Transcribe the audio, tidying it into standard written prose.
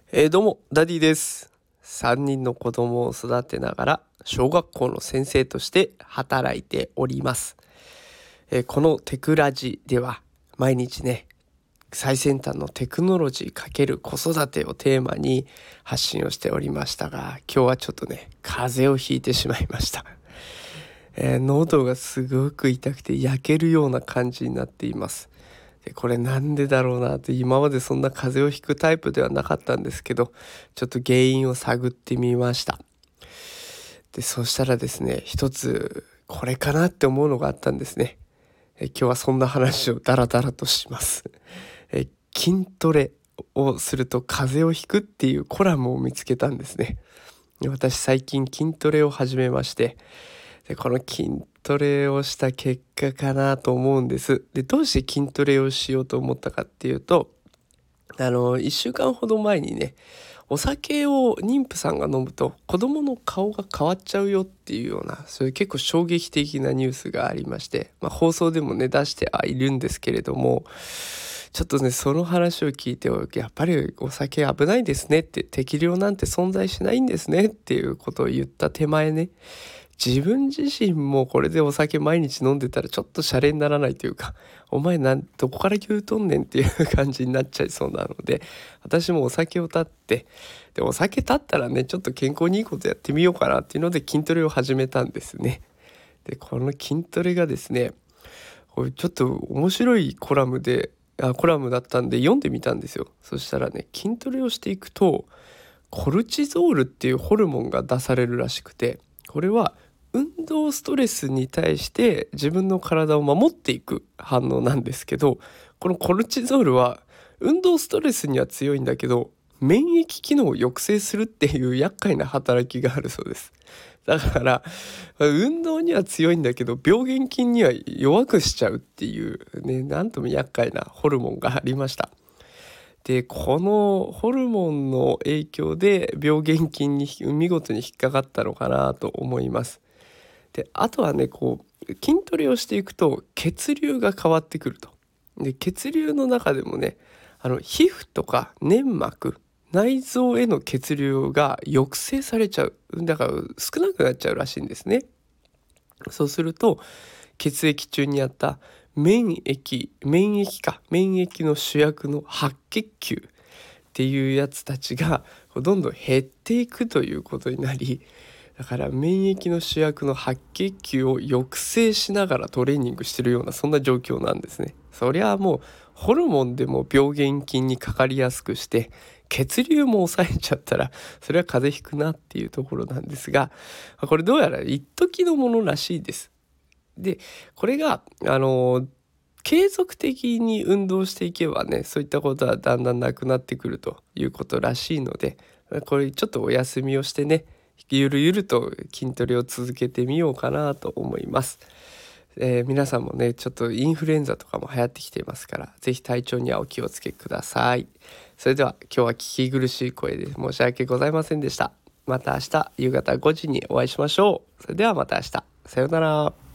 どうもダディです。3人の子供を育てながら小学校の先生として働いております。このテクラジでは毎日ね、最先端のテクノロジー×子育てをテーマに発信をしておりましたが、今日はちょっとね風邪をひいてしまいました。喉がすごく痛くて焼けるような感じになっています。でこれなんでだろうなって、今までそんな風邪をひくタイプではなかったんですけど、ちょっと原因を探ってみました。でそしたらですね、一つこれかなって思うのがあったんですね。今日はそんな話をダラダラとします。筋トレをすると風邪をひくっていうコラムを見つけたんですね。私最近筋トレを始めまして、でこの筋トレをした結果かなと思うんです。でどうして筋トレをしようと思ったかっていうと、1週間ほど前にね、お酒を妊婦さんが飲むと子供の顔が変わっちゃうよっていうような、そういう結構衝撃的なニュースがありまして、放送でもね出してはいるんですけれども、ちょっとねその話を聞いて、やっぱりお酒危ないですねって、適量なんて存在しないんですねっていうことを言った手前ね、自分自身もこれでお酒毎日飲んでたらちょっとシャレにならないというか、お前どこから言うとんねんっていう感じになっちゃいそうなので、私もお酒を断って、でお酒断ったらねちょっと健康にいいことやってみようかなっていうので筋トレを始めたんですね。でこの筋トレがですね、これちょっと面白いコラムだったんで読んでみたんですよ。そしたらね、筋トレをしていくとコルチゾールっていうホルモンが出されるらしくて、これは運動ストレスに対して自分の体を守っていく反応なんですけど、このコルチゾールは運動ストレスには強いんだけど、免疫機能を抑制するっていう厄介な働きがあるそうです。だから運動には強いんだけど病原菌には弱くしちゃうっていうね、なんとも厄介なホルモンがありました。でこのホルモンの影響で病原菌に見事に引っかかったのかなと思います。であとはね、筋トレをしていくと血流が変わってくると。で血流の中でもね、皮膚とか粘膜、内臓への血流が抑制されちゃう、だから少なくなっちゃうらしいんですね。そうすると血液中にあった免疫の主役の白血球っていうやつたちがどんどん減っていくということになり、だから免疫の主役の白血球を抑制しながらトレーニングしてるような、そんな状況なんですね。そりゃもうホルモンでも病原菌にかかりやすくして血流も抑えちゃったら、それは風邪ひくなっていうところなんですが、これどうやら一時のものらしいです。でこれが継続的に運動していけばね、そういったことはだんだんなくなってくるということらしいので、これちょっとお休みをしてね、ゆるゆると筋トレを続けてみようかなと思います。皆さんもね、ちょっとインフルエンザとかも流行ってきていますから、ぜひ体調にはお気をつけください。それでは今日は聞き苦しい声で申し訳ございませんでした。また明日夕方5時にお会いしましょう。それではまた明日。さようなら。